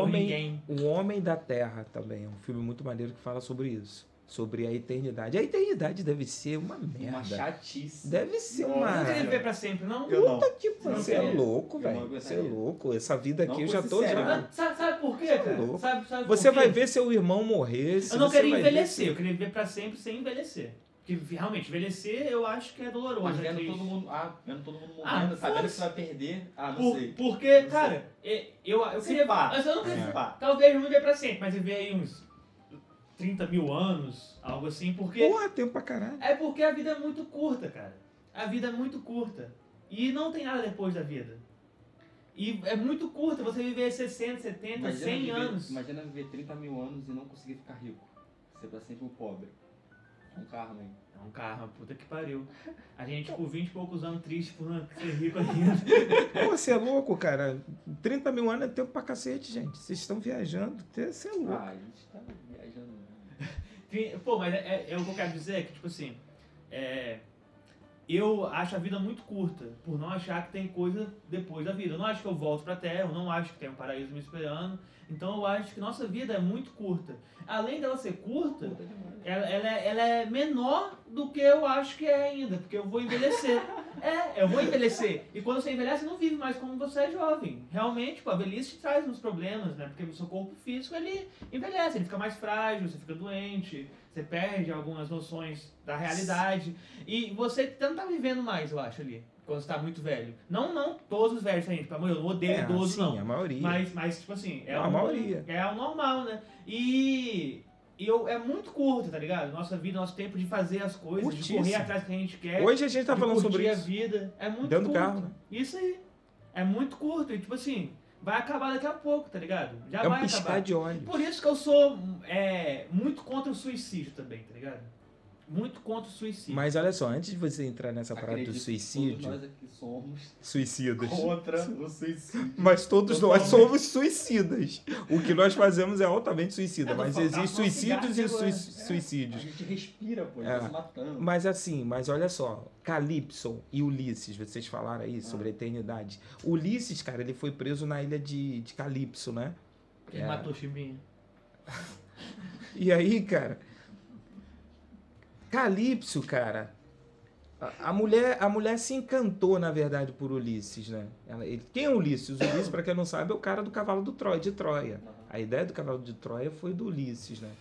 o Homem da Terra também. É um filme muito maneiro que fala sobre isso. Sobre a eternidade. A eternidade deve ser uma merda. Uma chatice. Deve ser Não uma... queria viver pra sempre, não? Eu não. Você é louco, velho. Você é louco. Essa vida aqui eu já tô já... Sabe por quê, cara? Louco. Sabe Você por quê? vai ver seu irmão morrer. Eu não queria envelhecer. Eu queria viver pra sempre sem envelhecer. Porque realmente, envelhecer eu acho que é doloroso. Mas é vendo triste. todo mundo morrendo, sabendo que você vai perder. Não sei. Porque, Não cara, eu Se queria... pá. Mas eu não queria... Se pá. Talvez não viver pra sempre, mas viver aí uns 30 mil anos, algo assim, porque... Porra, tempo pra caralho. É porque a vida é muito curta, cara. A vida é muito curta. E não tem nada depois da vida. E é muito curta você viver 60, 70, 100 anos. Imagina viver 30 mil anos e não conseguir ficar rico. Ser pra sempre um pobre. É um karma, hein? É um karma, puta que pariu. A gente com 20 e poucos anos triste por não ser rico ainda. Pô, você é louco, cara. 30 mil anos é tempo pra cacete, gente. Vocês estão viajando. Você é louco. A gente tá viajando. Pô, mas é o que eu quero dizer, é que tipo assim, eu acho a vida muito curta, por não achar que tem coisa depois da vida. Eu não acho que eu volto pra Terra, eu não acho que tem um paraíso me esperando. Então eu acho que nossa vida é muito curta. Além dela ser curta, ela é menor do que eu acho que é ainda, porque eu vou envelhecer. Eu vou envelhecer. E quando você envelhece, você não vive mais como você é jovem. Realmente, a velhice te traz uns problemas, né? Porque o seu corpo físico, ele envelhece, ele fica mais frágil, você fica doente, você perde algumas noções da realidade. E você não tá vivendo mais, eu acho, ali. Quando você tá muito velho. Não todos os velhos, gente. Eu não odeio idoso, sim, não. A maioria. Mas, tipo assim, a maioria. É o normal, né? E é muito curto, tá ligado? Nossa vida, nosso tempo de fazer as coisas, Curtíssimo. de correr atrás do que a gente quer. Hoje a gente tá falando sobre a isso. vida. É muito Dentro do curto. carro, né? Isso aí. É muito curto. E, tipo assim, vai acabar daqui a pouco, tá ligado? Já É um vai piscar acabar. de olhos. Por isso que eu sou muito contra o suicídio também, tá ligado? muito contra o suicídio. Mas olha só, antes de você entrar nessa parada do Acredito que suicídio... todos nós aqui somos Suicidas. contra o suicídio. Mas todos nós Totalmente. somos suicidas. O que nós fazemos é altamente suicida. Eu tô Mas falando, existem tá suicídios e agora. A suicídios. gente respira, pô, É. tá se matando. Mas olha só, Calypso e Ulisses, vocês falaram aí sobre a eternidade. Ulisses, cara, ele foi preso na ilha de Calypso, né? Ele matou o Chimbinha. E aí, cara, Calypso, cara, a mulher se encantou, na verdade, por Ulisses, né? Quem é Ulisses? Ulisses, pra quem não sabe, é o cara do cavalo de Troia. A ideia do cavalo de Troia foi do Ulisses, né?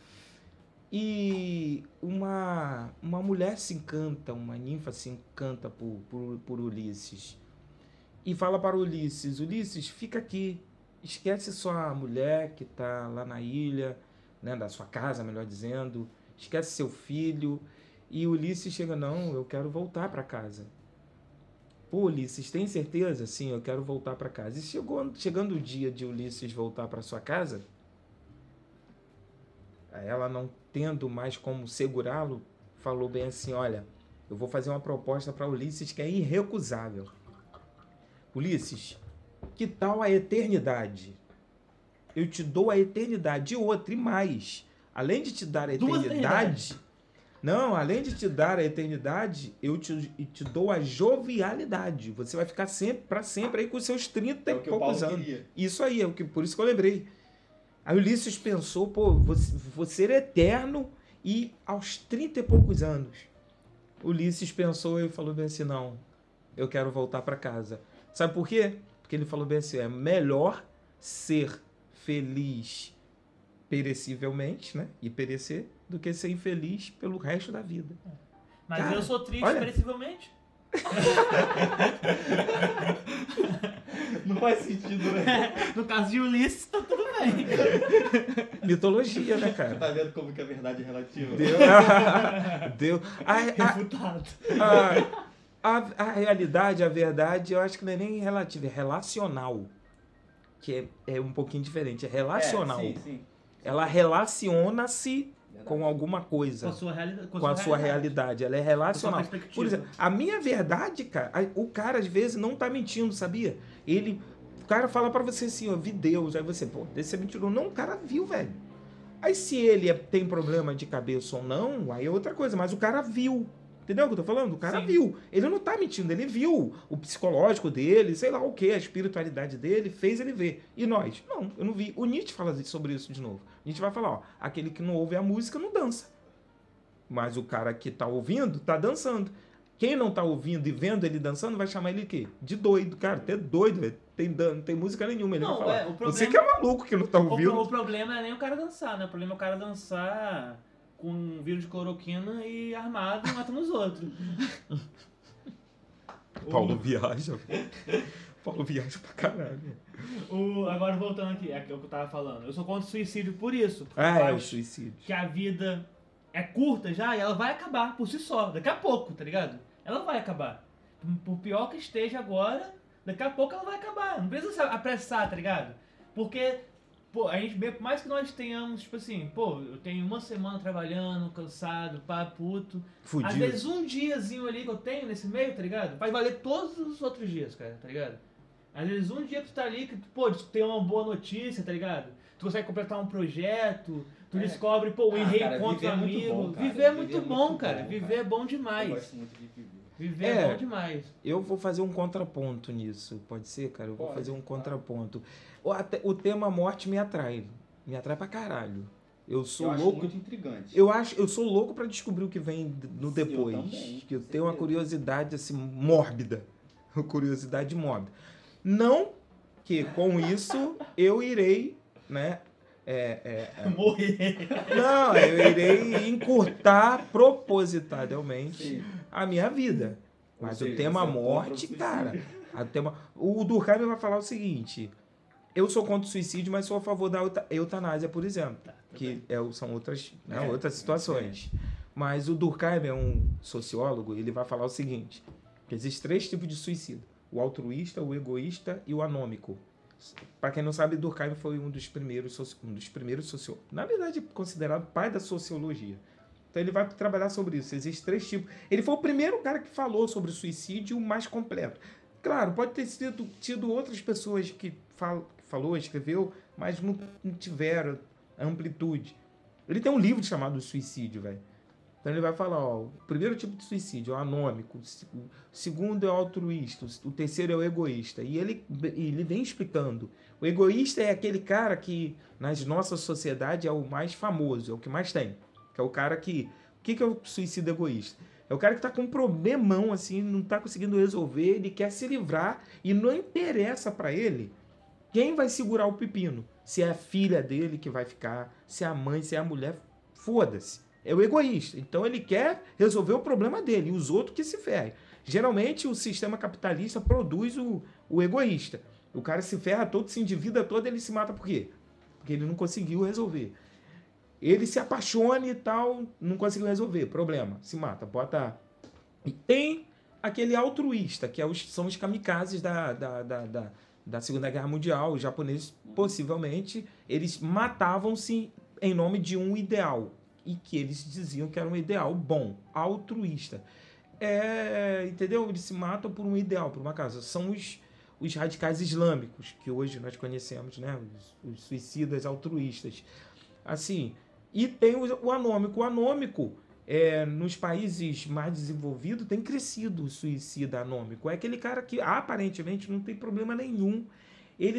E uma mulher se encanta, uma ninfa se encanta por Ulisses. E fala para Ulisses, Ulisses, fica aqui, esquece sua mulher que tá lá na ilha, né, da sua casa, melhor dizendo, esquece seu filho. E Ulisses chega, não, eu quero voltar para casa. Pô, Ulisses, tem certeza? Sim, eu quero voltar para casa. E chegando o dia de Ulisses voltar para sua casa, ela não tendo mais como segurá-lo, falou bem assim, olha, eu vou fazer uma proposta para Ulisses que é irrecusável. Ulisses, que tal a eternidade? Eu te dou a eternidade e outra, e mais. Além de te dar a eternidade... Não, além de te dar a eternidade, eu te dou a jovialidade. Você vai ficar para sempre aí com os seus 30 e poucos anos. Queria. Isso aí, por isso que eu lembrei. Aí Ulisses pensou, pô, vou ser eterno e aos 30 e poucos anos. Ulisses pensou e falou bem assim, não, eu quero voltar para casa. Sabe por quê? Porque ele falou bem assim, é melhor ser feliz perecivelmente, né? E perecer, do que ser infeliz pelo resto da vida. Mas Cara, eu sou triste olha. perecivelmente. Não faz sentido, né? No caso de Ulisses, tá tudo bem. Mitologia, né, cara? Tá vendo como que a verdade é relativa? Deu. Refutado. A realidade, a verdade, eu acho que não é nem relativa, é relacional. Que é um pouquinho diferente, é relacional. Sim. Ela relaciona-se Verdade. com alguma coisa. Com a sua realidade. Com a sua realidade. Ela é relacional. Com a sua perspectiva. Por exemplo, a minha verdade, cara, o cara às vezes não tá mentindo, sabia? O cara fala pra você assim, ó, vi Deus. Aí você, pô, desse é mentiroso. Não, o cara viu, velho. Aí se ele tem problema de cabeça ou não, aí é outra coisa. Mas o cara viu. Entendeu o que eu tô falando? O cara Sim. viu. Ele não tá mentindo, ele viu o psicológico dele, sei lá o que, a espiritualidade dele, fez ele ver. E nós? Não, eu não vi. O Nietzsche fala sobre isso de novo. Nietzsche vai falar, ó, aquele que não ouve a música não dança. Mas o cara que tá ouvindo, tá dançando. Quem não tá ouvindo e vendo ele dançando, vai chamar ele de quê? De doido. Cara, até doido, velho. Não tem música nenhuma. Ele Não, vai falar. o problema- Você que é maluco que não tá ouvindo. O problema é nem o cara dançar, né? O problema é o cara dançar com um vírus de cloroquina e armado e matando os outros. Paulo viaja. Paulo viaja pra caralho. Agora voltando aqui, é o que eu tava falando. Eu sou contra o suicídio por isso. Porque eu É o acho suicídio. que a vida é curta já e ela vai acabar por si só. Daqui a pouco, tá ligado? Ela vai acabar. Por pior que esteja agora, daqui a pouco ela vai acabar. Não precisa se apressar, tá ligado? Porque, pô, a gente, por mais que nós tenhamos, tipo assim, pô, eu tenho uma semana trabalhando, cansado, pá, puto. Fudido. Às vezes um diazinho ali que eu tenho nesse meio, tá ligado? Vai valer todos os outros dias, cara, tá ligado? Às vezes um dia tu tá ali que tu, pô, tu tem uma boa notícia, tá ligado? Tu consegue completar um projeto, tu descobre, pô, um reencontro viver é muito amigo. bom, cara. Viver é muito bom, cara. bom, Viver cara. é bom Eu demais. gosto muito de viver. Viver é bom demais. Eu vou fazer um contraponto nisso. Pode ser, cara? Eu vou Pode, fazer um claro. contraponto. O tema morte me atrai. Me atrai pra caralho. Eu sou Eu acho louco. muito intrigante. Eu sou louco pra descobrir o que vem no depois. também, que eu com tenho uma certeza. curiosidade assim mórbida. Curiosidade mórbida. Não que com isso eu irei, né? Morrer. Não, eu irei encurtar propositadamente Sim. a minha vida. Ou Mas seja, o tema você é contra o morte, suicídio. cara. O Durkheim vai falar o seguinte: eu sou contra o suicídio, mas sou a favor da eutanásia, por exemplo. Que são outras, né, outras situações. Mas o Durkheim é um sociólogo, ele vai falar o seguinte: que existem 3 tipos de suicídio: o altruísta, o egoísta e o anômico. Para quem não sabe, Durkheim foi um dos primeiros sociólogos. Na verdade, considerado pai da sociologia. Então ele vai trabalhar sobre isso. Existem 3 tipos. Ele foi o primeiro cara que falou sobre o suicídio mais completo. Claro, pode ter tido outras pessoas que falou, escreveu, mas não tiveram amplitude. Ele tem um livro chamado Suicídio, velho. Então ele vai falar, ó, o primeiro tipo de suicídio é o anômico, o segundo é o altruísta, o terceiro é o egoísta. E ele vem explicando. O egoísta é aquele cara que, nas nossas sociedades, é o mais famoso, é o que mais tem. Que é o cara que... O que é o suicídio egoísta? É o cara que tá com um problemão, assim, não tá conseguindo resolver, ele quer se livrar e não interessa para ele quem vai segurar o pepino. Se é a filha dele que vai ficar, se é a mãe, se é a mulher, foda-se. É o egoísta. Então ele quer resolver o problema dele e os outros que se ferrem. Geralmente o sistema capitalista produz o egoísta. O cara se ferra todo, se endivida todo, ele se mata por quê? Porque ele não conseguiu resolver. Ele se apaixona e tal, não conseguiu resolver. Problema, se mata, bota... E tem aquele altruísta, que são os kamikazes da Segunda Guerra Mundial. Os japoneses, possivelmente, eles matavam-se em nome de um ideal. E que eles diziam que era um ideal bom, altruísta. Entendeu? Eles se matam por um ideal, por uma causa. São os radicais islâmicos, que hoje nós conhecemos, né? Os suicidas altruístas. Assim, e tem o anômico. O anômico, nos países mais desenvolvidos, tem crescido o suicida anômico. É aquele cara que aparentemente não tem problema nenhum. Ele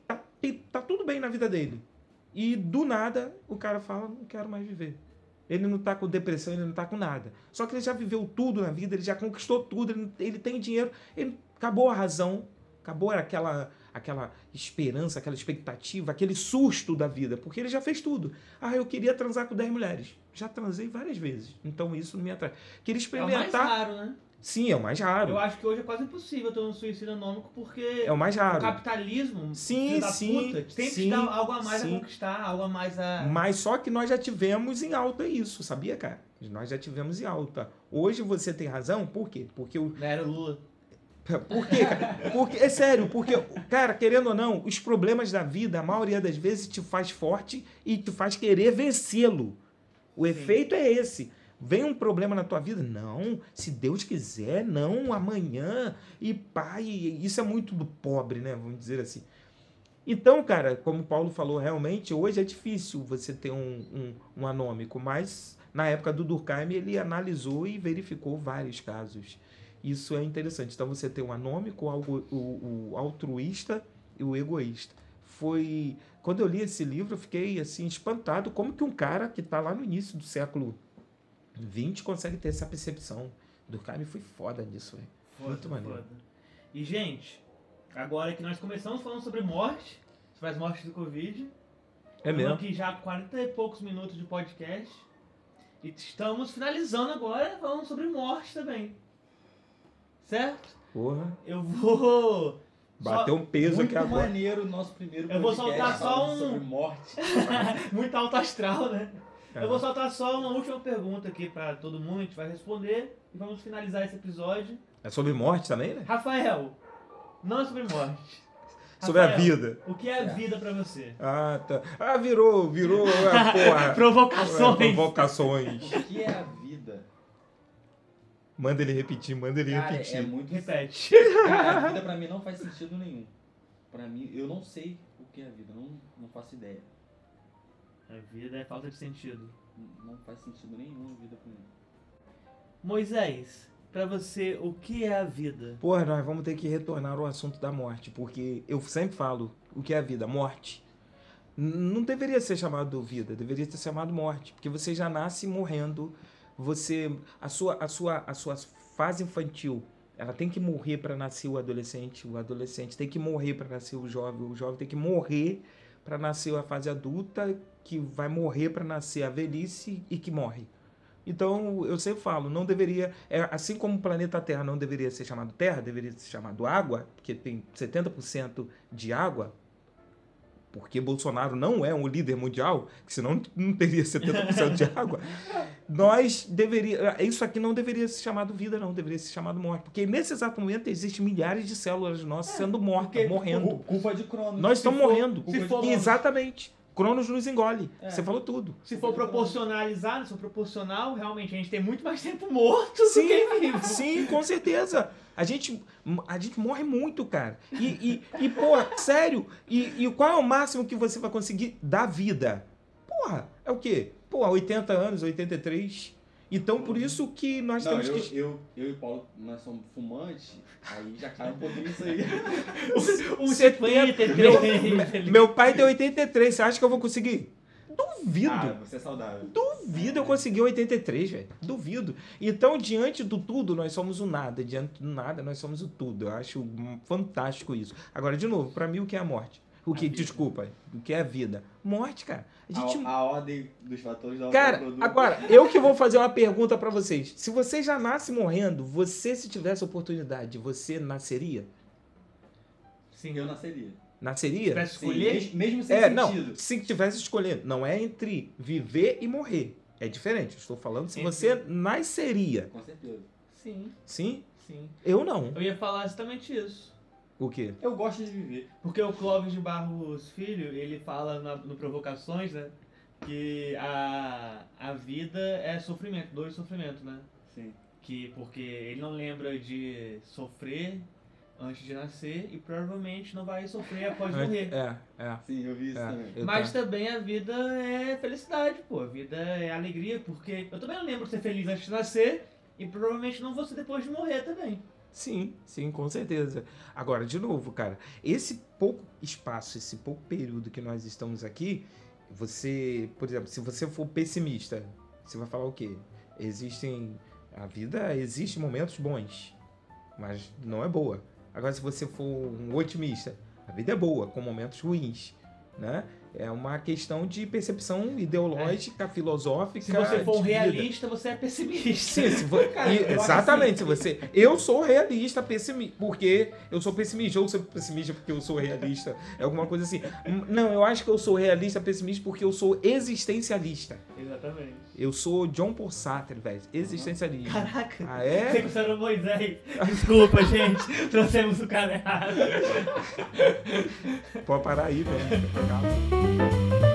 tá tudo bem na vida dele. E do nada o cara fala, não quero mais viver. Ele não tá com depressão, ele não tá com nada. Só que ele já viveu tudo na vida, ele já conquistou tudo, ele tem dinheiro, acabou a razão, acabou aquela esperança, aquela expectativa, aquele susto da vida, porque ele já fez tudo. Eu queria transar com 10 mulheres. Já transei várias vezes, então isso não me atrai. Queria experimentar... É o mais raro, né? Sim, é o mais raro. Eu acho que hoje é quase impossível ter um suicídio anômico, porque é o mais raro. O capitalismo, sim, da puta, sempre te dá algo a mais a conquistar, algo a mais a... Mas só que nós já tivemos em alta isso, sabia, cara? Nós já tivemos em alta. Hoje você tem razão, por quê? Porque Não era Lula. Por quê, cara? Porque, é sério, porque, cara, querendo ou não, os problemas da vida, a maioria das vezes, te faz forte e te faz querer vencê-lo. O efeito é esse. Vem um problema na tua vida? Não, se Deus quiser, não, amanhã, e pai, isso é muito do pobre, né, vamos dizer assim. Então, cara, como o Paulo falou, realmente, hoje é difícil você ter um anômico, mas na época do Durkheim ele analisou e verificou vários casos. Isso é interessante. Então você tem o anômico, o altruísta e o egoísta. Quando eu li esse livro, eu fiquei assim, espantado como que um cara que está lá no início do século 20 consegue ter essa percepção. Durkheim foi foda nisso, velho. Muito maneiro. Foda. E, gente, agora que nós começamos falando sobre morte, sobre as mortes do Covid. Mesmo? Aqui já há 40 e poucos minutos de podcast. E estamos finalizando agora falando sobre morte também. Certo? Porra. Eu vou... Bateu um peso aqui agora. Muito maneiro o nosso primeiro podcast. Eu vou soltar só sobre morte. Muito alto astral, né? Eu vou soltar só uma última pergunta aqui pra todo mundo, a gente vai responder e vamos finalizar esse episódio. É sobre morte também, né? Rafael, não é sobre morte. Sobre Rafael, a vida. O que é a vida pra você? Tá. Virou, porra. Provocações. O que é a vida? Manda ele repetir. É muito... Repete. Cara, a vida pra mim não faz sentido nenhum. Pra mim, eu não sei o que é a vida, não faço ideia. A vida é falta de sentido. Não faz sentido nenhum a vida pra mim. Moisés, pra você, o que é a vida? Porra, nós vamos ter que retornar ao assunto da morte, porque eu sempre falo, o que é a vida? Morte. Não deveria ser chamado vida, deveria ser chamado morte, porque você já nasce morrendo, a sua fase infantil, ela tem que morrer para nascer o adolescente tem que morrer para nascer o jovem tem que morrer para nascer a fase adulta, que vai morrer para nascer a velhice e que morre. Então, eu sempre falo, não deveria... assim como o planeta Terra não deveria ser chamado Terra, deveria ser chamado água, porque tem 70% de água, porque Bolsonaro não é um líder mundial, que senão não teria 70% de água, isso aqui não deveria ser chamado vida, não, deveria ser chamado morte. Porque nesse exato momento existem milhares de células nossas sendo mortas, morrendo. Culpa de Cronos. Nós estamos morrendo. Se for, exatamente. Cronos nos engole. Você falou tudo. Se for proporcionalizar, se for proporcional, realmente a gente tem muito mais tempo morto Sim, do que vivo. sim, com certeza. A gente morre muito, cara. E pô, sério, e qual é o máximo que você vai conseguir da vida? Porra, é o quê? Pô, 80 anos, 83. Então, por isso que nós temos que... Eu e o Paulo, nós somos fumantes, aí já cai um pouquinho isso aí. Você tem... Meu pai tem 83, você acha que eu vou conseguir? Duvido. Ah, você é saudável. Duvido eu conseguir 83, velho. Duvido. Então, diante do tudo, nós somos o nada. Diante do nada, nós somos o tudo. Eu acho fantástico isso. Agora, de novo, pra mim, o que é a morte? Desculpa, o que é a vida? Morte, cara. A ordem dos fatores da Cara, agora, eu que vou fazer uma pergunta pra vocês. Se você já nasce morrendo, você, se tivesse oportunidade, você nasceria? Sim, eu nasceria. Nasceria? Se tivesse escolher? Mesmo sem sentido. Não, se tivesse escolhendo. Não é entre viver e morrer. É diferente. Eu estou falando se você nasceria. Com certeza. Sim. Sim? Sim. Eu não. Eu ia falar exatamente isso. O quê? Eu gosto de viver. Porque o Clóvis de Barros Filho, ele fala no Provocações, né? Que a vida é sofrimento, dor e sofrimento, né? Sim. Porque ele não lembra de sofrer antes de nascer e provavelmente não vai sofrer após morrer. Sim, eu vi isso também. Mas também a vida é felicidade, pô. A vida é alegria, porque eu também não lembro de ser feliz antes de nascer e provavelmente não vou ser depois de morrer também. Sim, com certeza. Agora, de novo, cara, esse pouco espaço, esse pouco período que nós estamos aqui, você, por exemplo, se você for pessimista, você vai falar o quê? A vida existe momentos bons, mas não é boa. Agora, se você for um otimista, a vida é boa, com momentos ruins, né? É uma questão de percepção ideológica, filosófica. Se você for um realista, você é pessimista. Sim, exatamente. Eu sou realista, pessimista. Porque eu sou pessimista. Ou sou pessimista porque eu sou realista. É alguma coisa assim. Não, eu acho que eu sou realista, pessimista porque eu sou existencialista. Exatamente. Eu sou John Paul Sartre, velho. Existencialista. Caraca. Ah, é? Você considera o Moisés. Desculpa, gente. Trouxemos o cara errado. Pode parar aí, velho.